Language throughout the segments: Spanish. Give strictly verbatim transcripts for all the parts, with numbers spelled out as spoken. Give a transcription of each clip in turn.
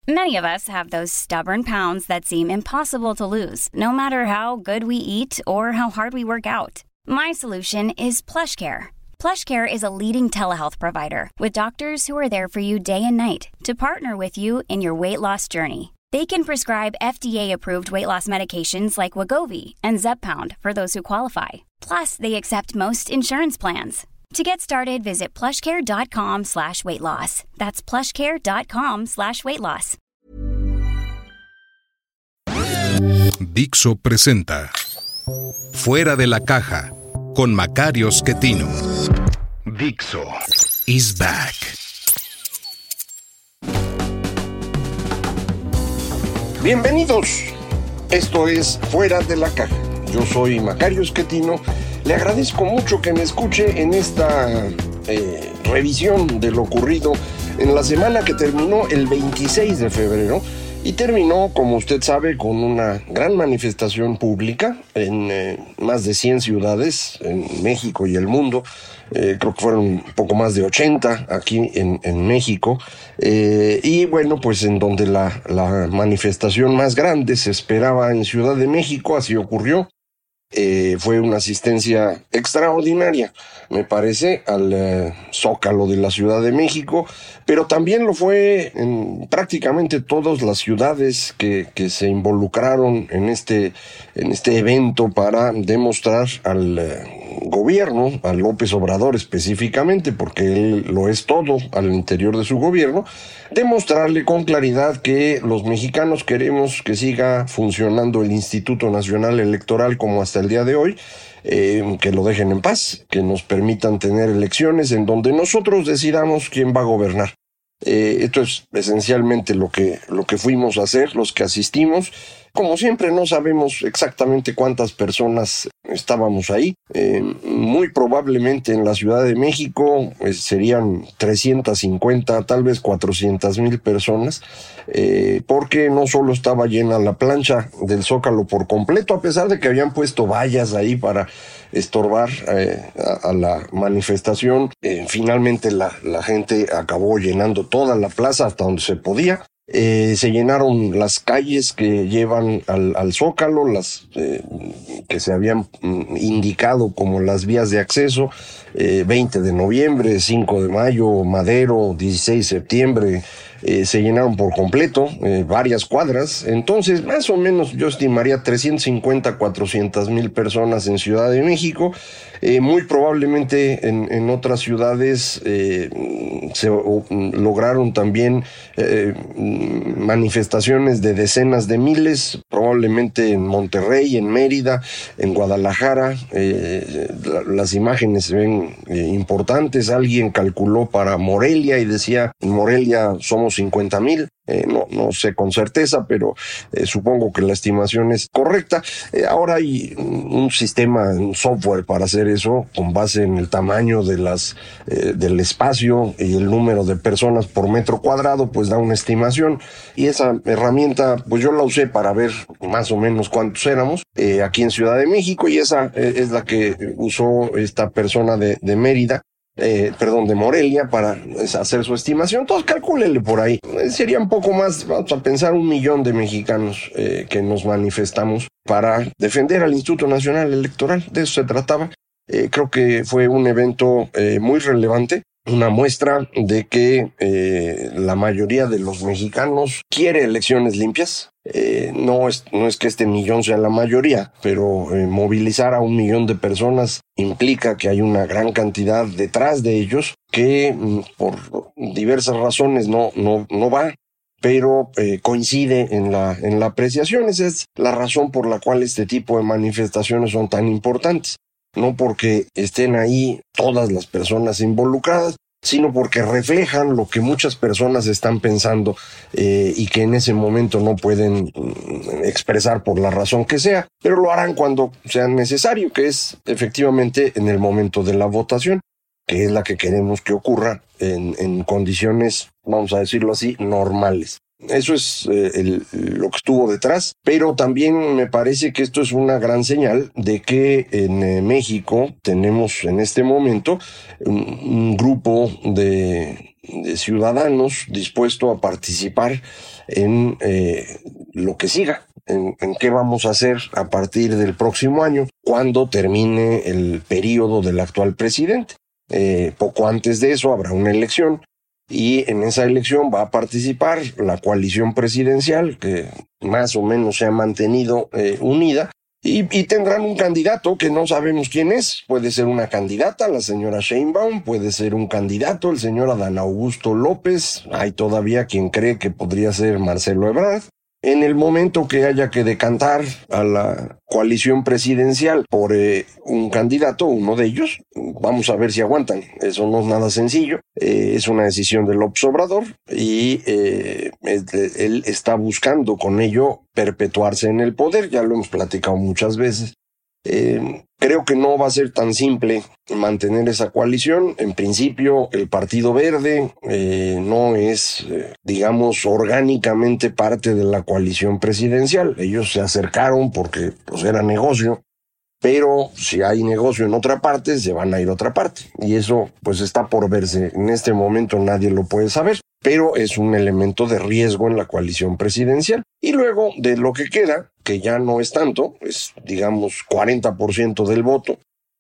Many of us have those stubborn pounds that seem impossible to lose, no matter how good we eat or how hard we work out. My solution is PlushCare. PlushCare is a leading telehealth provider with doctors who are there for you day and night to partner with you in your weight loss journey. They can prescribe F D A-approved weight loss medications like Wegovy and Zepbound for those who qualify. Plus, they accept most insurance plans. To get started, visit plushcare.com slash weight loss. That's plushcare.com slash weight loss. Dixo presenta Fuera de la Caja con Macario Schettino. Dixo is back. Bienvenidos. Esto es Fuera de la Caja. Yo soy Macario Schettino. Le agradezco mucho que me escuche en esta eh, revisión de lo ocurrido en la semana que terminó el veintiséis de febrero y terminó, como usted sabe, con una gran manifestación pública en eh, más de cien ciudades en México y el mundo. Eh, creo que fueron un poco más de ochenta aquí en, en México. Eh, y bueno, pues en donde la, la manifestación más grande se esperaba en Ciudad de México, así ocurrió. Eh, fue una asistencia extraordinaria, me parece, al eh, Zócalo de la Ciudad de México, pero también lo fue en prácticamente todas las ciudades que, que se involucraron en este, en este evento para demostrar al eh, gobierno, a López Obrador específicamente, porque él lo es todo al interior de su gobierno, demostrarle con claridad que los mexicanos queremos que siga funcionando el Instituto Nacional Electoral como hasta el día de hoy, eh, que lo dejen en paz, que nos permitan tener elecciones en donde nosotros decidamos quién va a gobernar. Eh, esto es esencialmente lo que, lo que fuimos a hacer, los que asistimos. Como siempre, no sabemos exactamente cuántas personas estábamos ahí. Eh, muy probablemente en la Ciudad de México eh, serían trescientas cincuenta, tal vez cuatrocientas mil personas, eh, porque no solo estaba llena la plancha del Zócalo por completo, a pesar de que habían puesto vallas ahí para estorbar eh, a, a la manifestación. Eh, finalmente la, la gente acabó llenando toda la plaza hasta donde se podía. Eh, se llenaron las calles que llevan al, al Zócalo, las eh, que se habían mm, indicado como las vías de acceso, eh, veinte de noviembre, cinco de mayo, Madero, dieciséis de septiembre, eh, se llenaron por completo, eh, varias cuadras. Entonces, más o menos yo estimaría trescientas cincuenta, cuatrocientas mil personas en Ciudad de México. Eh, muy probablemente en, en otras ciudades eh, se o, lograron también eh, manifestaciones de decenas de miles, probablemente en Monterrey, en Mérida, en Guadalajara. Eh, la, las imágenes se ven eh, importantes. Alguien calculó para Morelia y decía, en Morelia somos cincuenta mil. Eh, no, no sé con certeza, pero eh, supongo que la estimación es correcta. Eh, ahora hay un, un sistema, un software para hacer eso, con base en el tamaño de las, eh, del espacio y el número de personas por metro cuadrado, pues da una estimación. Y esa herramienta, pues yo la usé para ver más o menos cuántos éramos eh, aquí en Ciudad de México, y esa eh, es la que usó esta persona de, de Mérida. Eh, perdón, de Morelia, para hacer su estimación. Entonces calcúlele por ahí. Eh, sería un poco más, vamos a pensar, un millón de mexicanos eh, que nos manifestamos para defender al Instituto Nacional Electoral. De eso se trataba. Eh, creo que fue un evento eh, muy relevante, una muestra de que eh, la mayoría de los mexicanos quiere elecciones limpias. Eh, no es, no es que este millón sea la mayoría, pero eh, movilizar a un millón de personas implica que hay una gran cantidad detrás de ellos que mm, por diversas razones no, no, no va, pero eh, coincide en la, en la apreciación. Esa es la razón por la cual este tipo de manifestaciones son tan importantes. No porque estén ahí todas las personas involucradas, sino porque reflejan lo que muchas personas están pensando eh, y que en ese momento no pueden mm, expresar por la razón que sea, pero lo harán cuando sea necesario, que es efectivamente en el momento de la votación, que es la que queremos que ocurra en, en condiciones, vamos a decirlo así, normales. Eso es eh, el, lo que estuvo detrás, pero también me parece que esto es una gran señal de que en eh, México tenemos en este momento un, un grupo de, de ciudadanos dispuesto a participar en eh, lo que siga, en, en qué vamos a hacer a partir del próximo año, cuando termine el periodo del actual presidente. Eh, poco antes de eso habrá una elección, y en esa elección va a participar la coalición presidencial, que más o menos se ha mantenido eh, unida, y, y tendrán un candidato que no sabemos quién es. Puede ser una candidata, la señora Sheinbaum, puede ser un candidato, el señor Adán Augusto López, hay todavía quien cree que podría ser Marcelo Ebrard. En el momento que haya que decantar a la coalición presidencial por eh, un candidato, uno de ellos, vamos a ver si aguantan. Eso no es nada sencillo. Eh, es una decisión del López Obrador y eh, él está buscando con ello perpetuarse en el poder. Ya lo hemos platicado muchas veces. Eh, creo que no va a ser tan simple mantener esa coalición. En principio, el Partido Verde eh, no es, eh, digamos, orgánicamente parte de la coalición presidencial. Ellos se acercaron porque pues, era negocio, pero si hay negocio en otra parte, se van a ir a otra parte. Y eso pues está por verse. En este momento nadie lo puede saber, pero es un elemento de riesgo en la coalición presidencial. Y luego, de lo que queda, que ya no es tanto, es digamos cuarenta por ciento del voto,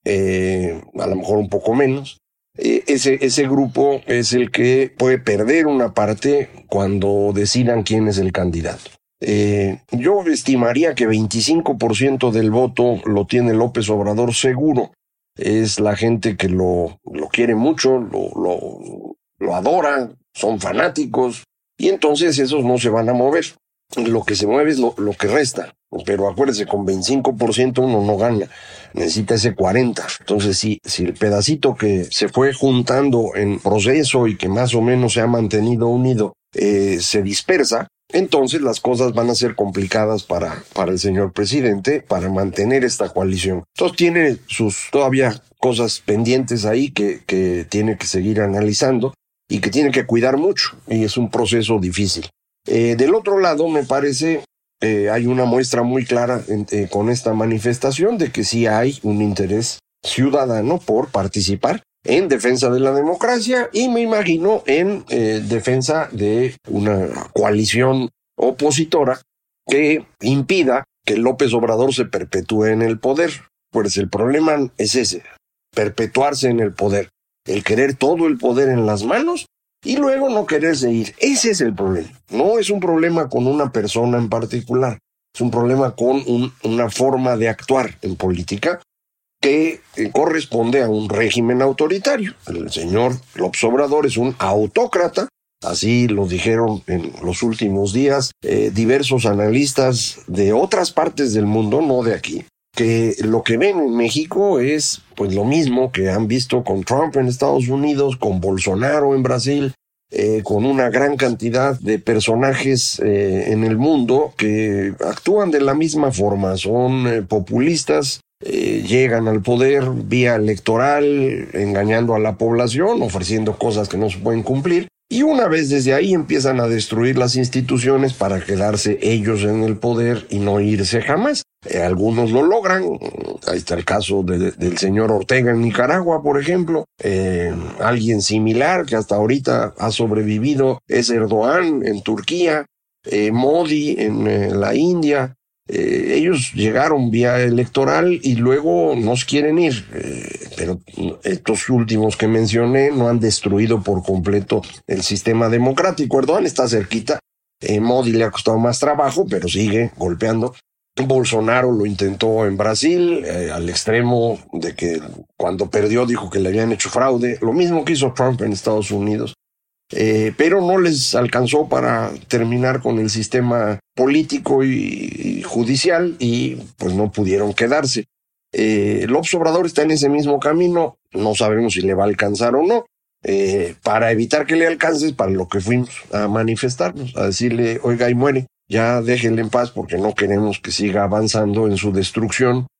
eh, a lo mejor un poco menos, eh, ese, ese grupo es el que puede perder una parte cuando decidan quién es el candidato. Eh, yo estimaría que veinticinco por ciento del voto lo tiene López Obrador seguro. Es la gente que lo, lo quiere mucho, lo, lo, lo adora, son fanáticos, y entonces esos no se van a mover. Lo que se mueve es lo, lo que resta. Pero acuérdese, con veinticinco por ciento uno no gana, necesita ese cuarenta por ciento. Entonces, si, si el pedacito que se fue juntando en proceso y que más o menos se ha mantenido unido eh, se dispersa, entonces las cosas van a ser complicadas para, para el señor presidente, para mantener esta coalición. Entonces tiene sus todavía cosas pendientes ahí que, que tiene que seguir analizando y que tiene que cuidar mucho, y es un proceso difícil. Eh, del otro lado, me parece, eh, hay una muestra muy clara en, eh, con esta manifestación de que sí hay un interés ciudadano por participar en defensa de la democracia, y me imagino en eh, defensa de una coalición opositora que impida que López Obrador se perpetúe en el poder. Pues el problema es ese, perpetuarse en el poder, el querer todo el poder en las manos y luego no quererse ir. Ese es el problema. No es un problema con una persona en particular, es un problema con un, una forma de actuar en política que eh, corresponde a un régimen autoritario. El señor López Obrador es un autócrata, así lo dijeron en los últimos días eh, diversos analistas de otras partes del mundo, no de aquí, que lo que ven en México es pues lo mismo que han visto con Trump en Estados Unidos, con Bolsonaro en Brasil, eh, con una gran cantidad de personajes eh, en el mundo que actúan de la misma forma, son eh, populistas, eh, llegan al poder vía electoral, engañando a la población, ofreciendo cosas que no se pueden cumplir, y una vez desde ahí empiezan a destruir las instituciones para quedarse ellos en el poder y no irse jamás. Eh, algunos lo logran, ahí está el caso de, de, del señor Ortega en Nicaragua, por ejemplo. Eh, alguien similar que hasta ahorita ha sobrevivido es Erdogan en Turquía, eh, Modi en eh, la India. Eh, ellos llegaron vía electoral y luego nos quieren ir, eh, pero estos últimos que mencioné no han destruido por completo el sistema democrático. Erdogan está cerquita, eh, Modi le ha costado más trabajo, pero sigue golpeando. Bolsonaro lo intentó en Brasil, eh, al extremo de que cuando perdió dijo que le habían hecho fraude, lo mismo que hizo Trump en Estados Unidos. Eh, pero no les alcanzó para terminar con el sistema político y, y judicial, y pues no pudieron quedarse. Eh, López Obrador está en ese mismo camino, no sabemos si le va a alcanzar o no. Eh, para evitar que le alcance, para lo que fuimos a manifestarnos, a decirle, oiga, y muere, ya déjenle en paz porque no queremos que siga avanzando en su destrucción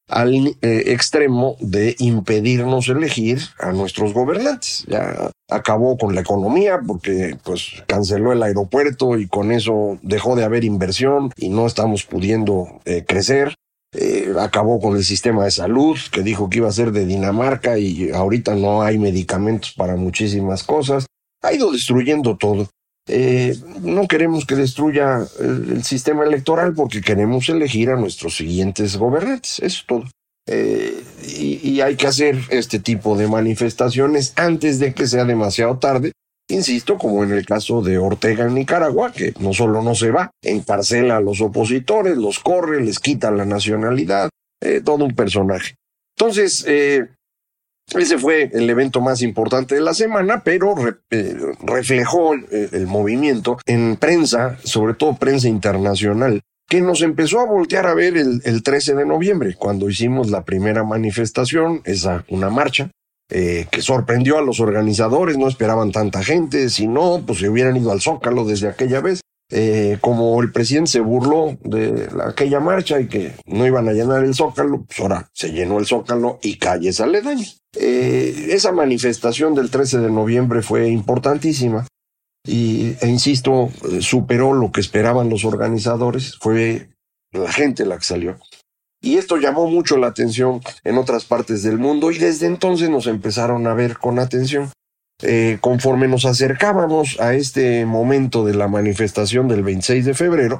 al eh, extremo de impedirnos elegir a nuestros gobernantes. Ya acabó con la economía porque pues canceló el aeropuerto y con eso dejó de haber inversión y no estamos pudiendo eh, crecer. Eh, acabó con el sistema de salud, que dijo que iba a ser de Dinamarca y ahorita no hay medicamentos para muchísimas cosas. Ha ido destruyendo todo. Eh, no queremos que destruya el, el sistema electoral porque queremos elegir a nuestros siguientes gobernantes, eso es todo. Eh, y, y hay que hacer este tipo de manifestaciones antes de que sea demasiado tarde, insisto, como en el caso de Ortega en Nicaragua, que no solo no se va, encarcela a los opositores, los corre, les quita la nacionalidad, eh, todo un personaje. Entonces, eh, ese fue el evento más importante de la semana, pero re, eh, reflejó el, el movimiento en prensa, sobre todo prensa internacional, que nos empezó a voltear a ver el, el trece de noviembre, cuando hicimos la primera manifestación, esa una marcha, eh, que sorprendió a los organizadores, no esperaban tanta gente, si no, pues se hubieran ido al Zócalo desde aquella vez. Eh, como el presidente se burló de la, aquella marcha y que no iban a llenar el Zócalo, pues ahora se llenó el Zócalo y calles aledañas. Eh, esa manifestación del trece de noviembre fue importantísima y, e insisto, eh, superó lo que esperaban los organizadores, fue la gente la que salió. Y esto llamó mucho la atención en otras partes del mundo y desde entonces nos empezaron a ver con atención. Eh, conforme nos acercábamos a este momento de la manifestación del veintiséis de febrero,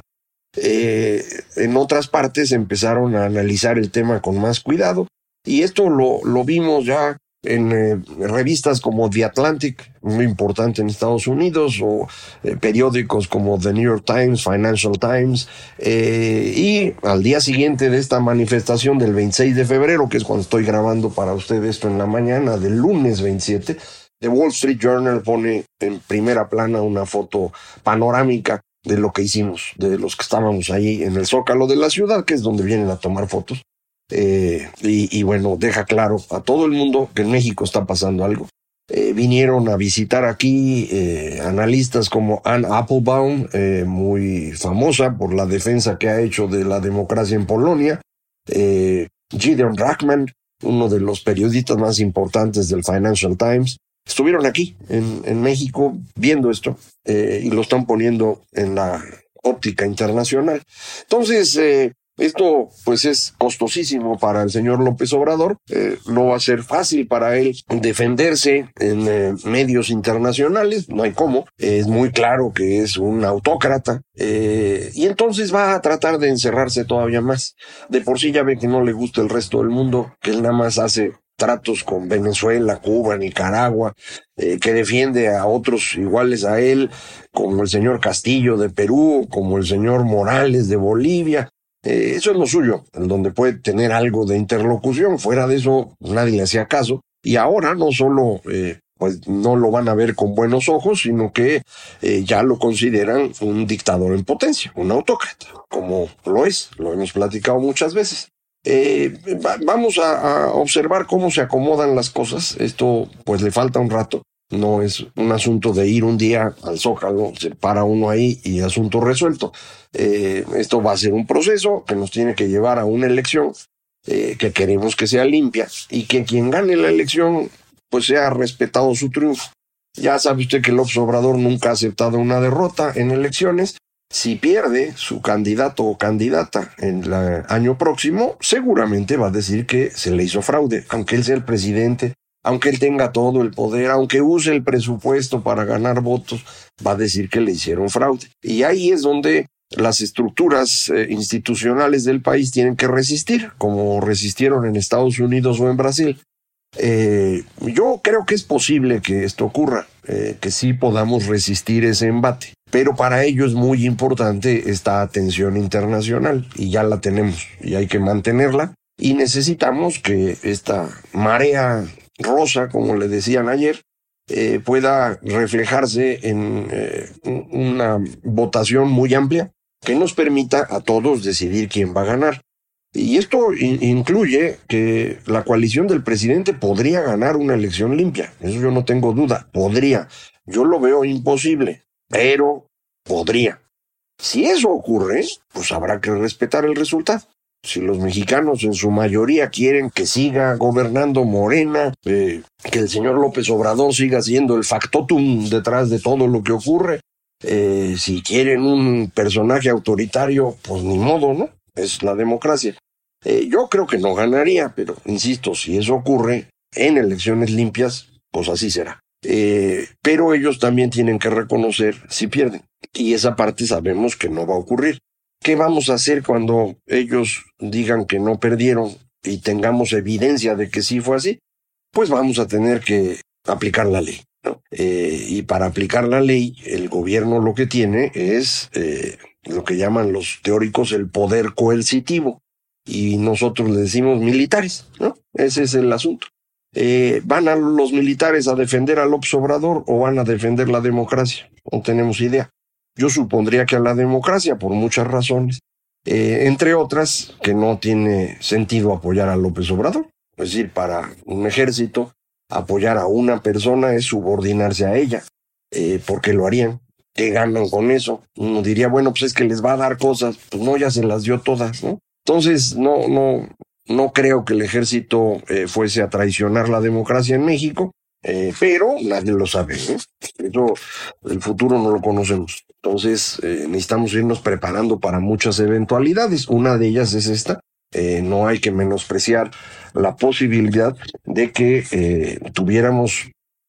eh, en otras partes empezaron a analizar el tema con más cuidado y esto lo, lo vimos ya en eh, revistas como The Atlantic, muy importante en Estados Unidos, o eh, periódicos como The New York Times, Financial Times, eh, y al día siguiente de esta manifestación del veintiséis de febrero, que es cuando estoy grabando para usted esto en la mañana del lunes veintisiete, The Wall Street Journal pone en primera plana una foto panorámica de lo que hicimos, de los que estábamos ahí en el Zócalo de la ciudad, que es donde vienen a tomar fotos. Eh, y, y bueno, deja claro a todo el mundo que en México está pasando algo. Eh, vinieron a visitar aquí eh, analistas como Anne Applebaum, eh, muy famosa por la defensa que ha hecho de la democracia en Polonia, eh, Gideon Rachman, uno de los periodistas más importantes del Financial Times. Estuvieron aquí en, en México viendo esto eh, y lo están poniendo en la óptica internacional. Entonces, eh, esto pues es costosísimo para el señor López Obrador. Eh, no va a ser fácil para él defenderse en eh, medios internacionales, no hay cómo. Es muy claro que es un autócrata eh, y entonces va a tratar de encerrarse todavía más. De por sí ya ve que no le gusta el resto del mundo, que él nada más hace tratos con Venezuela, Cuba, Nicaragua, eh, que defiende a otros iguales a él, como el señor Castillo de Perú, como el señor Morales de Bolivia. Eh, eso es lo suyo, en donde puede tener algo de interlocución. Fuera de eso, nadie le hacía caso. Y ahora no solo eh, pues no lo van a ver con buenos ojos, sino que eh, ya lo consideran un dictador en potencia, un autócrata, como lo es, lo hemos platicado muchas veces. Eh, va, vamos a, a observar cómo se acomodan las cosas. Esto pues le falta un rato. No es un asunto de ir un día al Zócalo, se para uno ahí y asunto resuelto. Eh, esto va a ser un proceso que nos tiene que llevar a una elección eh, que queremos que sea limpia y que quien gane la elección pues sea respetado su triunfo. Ya sabe usted que López Obrador nunca ha aceptado una derrota en elecciones. Si pierde su candidato o candidata en el año próximo, seguramente va a decir que se le hizo fraude, aunque él sea el presidente, aunque él tenga todo el poder, aunque use el presupuesto para ganar votos, va a decir que le hicieron fraude. Y ahí es donde las estructuras eh, institucionales del país tienen que resistir, como resistieron en Estados Unidos o en Brasil. Eh, yo creo que es posible que esto ocurra, eh, que sí podamos resistir ese embate, pero para ello es muy importante esta atención internacional y ya la tenemos y hay que mantenerla y necesitamos que esta marea rosa, como le decían ayer, eh, pueda reflejarse en eh, una votación muy amplia que nos permita a todos decidir quién va a ganar. Y esto in- incluye que la coalición del presidente podría ganar una elección limpia. Eso yo no tengo duda. Podría. Yo lo veo imposible, pero podría. Si eso ocurre, pues habrá que respetar el resultado. Si los mexicanos en su mayoría quieren que siga gobernando Morena, eh, que el señor López Obrador siga siendo el factotum detrás de todo lo que ocurre, eh, si quieren un personaje autoritario, pues ni modo, ¿no? Es la democracia. Eh, yo creo que no ganaría, pero insisto, si eso ocurre en elecciones limpias, pues así será. Eh, pero ellos también tienen que reconocer si pierden. Y esa parte sabemos que no va a ocurrir. ¿Qué vamos a hacer cuando ellos digan que no perdieron y tengamos evidencia de que sí fue así? Pues vamos a tener que aplicar la ley, ¿no? Eh, y para aplicar la ley, el gobierno lo que tiene es eh, lo que llaman los teóricos el poder coercitivo. Y nosotros le decimos militares, ¿no? Ese es el asunto. Eh, ¿Van a los militares a defender a López Obrador o van a defender la democracia? No tenemos idea. Yo supondría que a la democracia, por muchas razones, eh, entre otras, que no tiene sentido apoyar a López Obrador. Es decir, para un ejército, apoyar a una persona es subordinarse a ella. Eh, ¿Por qué lo harían? ¿Qué ganan con eso? Uno diría, bueno, pues es que les va a dar cosas. Pues no, ya se las dio todas, ¿no? Entonces, no, no, no creo que el ejército eh, fuese a traicionar la democracia en México. Eh, pero nadie lo sabe, ¿eh? Eso, el futuro no lo conocemos. Entonces eh, necesitamos irnos preparando para muchas eventualidades. Una de ellas es esta. Eh, no hay que menospreciar la posibilidad de que eh, tuviéramos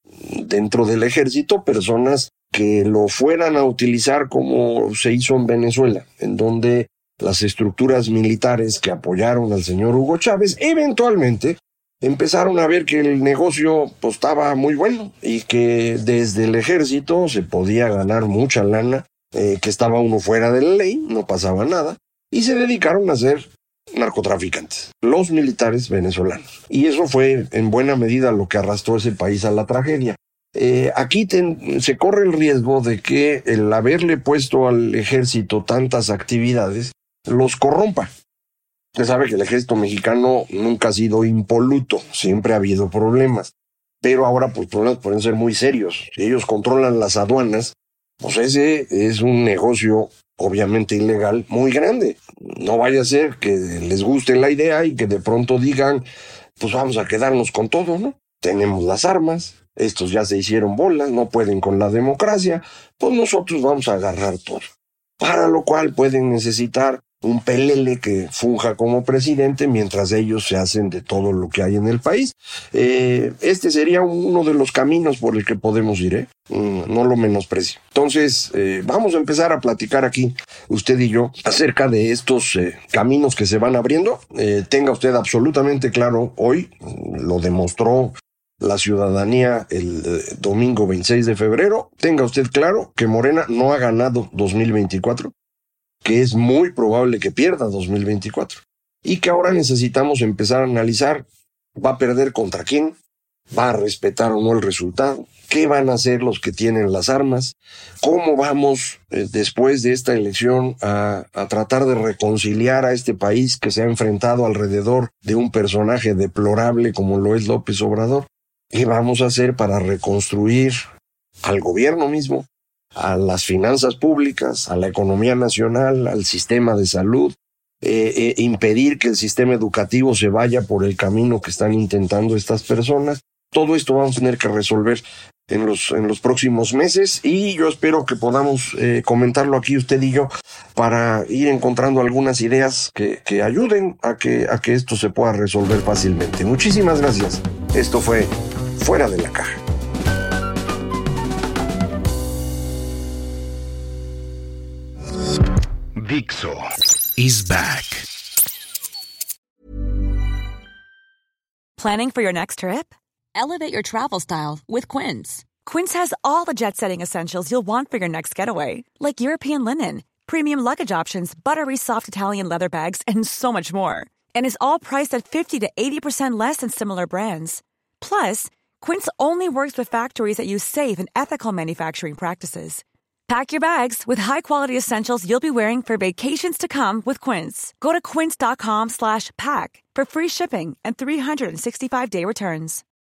dentro del ejército personas que lo fueran a utilizar como se hizo en Venezuela, en donde las estructuras militares que apoyaron al señor Hugo Chávez eventualmente empezaron a ver que el negocio pues, estaba muy bueno y que desde el ejército se podía ganar mucha lana, eh, que estaba uno fuera de la ley, no pasaba nada, y se dedicaron a ser narcotraficantes, los militares venezolanos. Y eso fue en buena medida lo que arrastró ese país a la tragedia. Eh, aquí ten, se corre el riesgo de que el haberle puesto al ejército tantas actividades los corrompa. Usted sabe que el ejército mexicano nunca ha sido impoluto, siempre ha habido problemas, pero ahora pues problemas pueden ser muy serios. Si ellos controlan las aduanas, pues ese es un negocio obviamente ilegal muy grande. No vaya a ser que les guste la idea y que de pronto digan, pues vamos a quedarnos con todo, ¿no? Tenemos las armas, estos ya se hicieron bolas, no pueden con la democracia, pues nosotros vamos a agarrar todo. Para lo cual pueden necesitar un pelele que funja como presidente mientras ellos se hacen de todo lo que hay en el país. Eh, este sería uno de los caminos por el que podemos ir, ¿eh? No lo menosprecio. Entonces, eh, vamos a empezar a platicar aquí, usted y yo, acerca de estos eh, caminos que se van abriendo. Eh, tenga usted absolutamente claro, hoy lo demostró la ciudadanía el eh, domingo veintiséis de febrero, tenga usted claro que Morena no ha ganado dos mil veinticuatro, que es muy probable que pierda dos mil veinticuatro y que ahora necesitamos empezar a analizar, ¿va a perder contra quién? ¿Va a respetar o no el resultado? ¿Qué van a hacer los que tienen las armas? ¿Cómo vamos eh, después de esta elección a, a tratar de reconciliar a este país que se ha enfrentado alrededor de un personaje deplorable como lo es López Obrador? ¿Qué vamos a hacer para reconstruir al gobierno mismo, a las finanzas públicas, a la economía nacional, al sistema de salud, eh, eh, impedir que el sistema educativo se vaya por el camino que están intentando estas personas? Todo esto vamos a tener que resolver en los, en los próximos meses y yo espero que podamos eh, comentarlo aquí usted y yo para ir encontrando algunas ideas que, que ayuden a que, a que esto se pueda resolver fácilmente. Muchísimas gracias. Esto fue Fuera de la Caja. Dixo is back. Planning for your next trip? Elevate your travel style with Quince. Quince has all the jet-setting essentials you'll want for your next getaway, like European linen, premium luggage options, buttery soft Italian leather bags, and so much more. And is all priced at fifty to eighty percent less than similar brands. Plus, Quince only works with factories that use safe and ethical manufacturing practices. Pack your bags with high-quality essentials you'll be wearing for vacations to come with Quince. Go to quince.com slash pack for free shipping and three sixty-five day returns.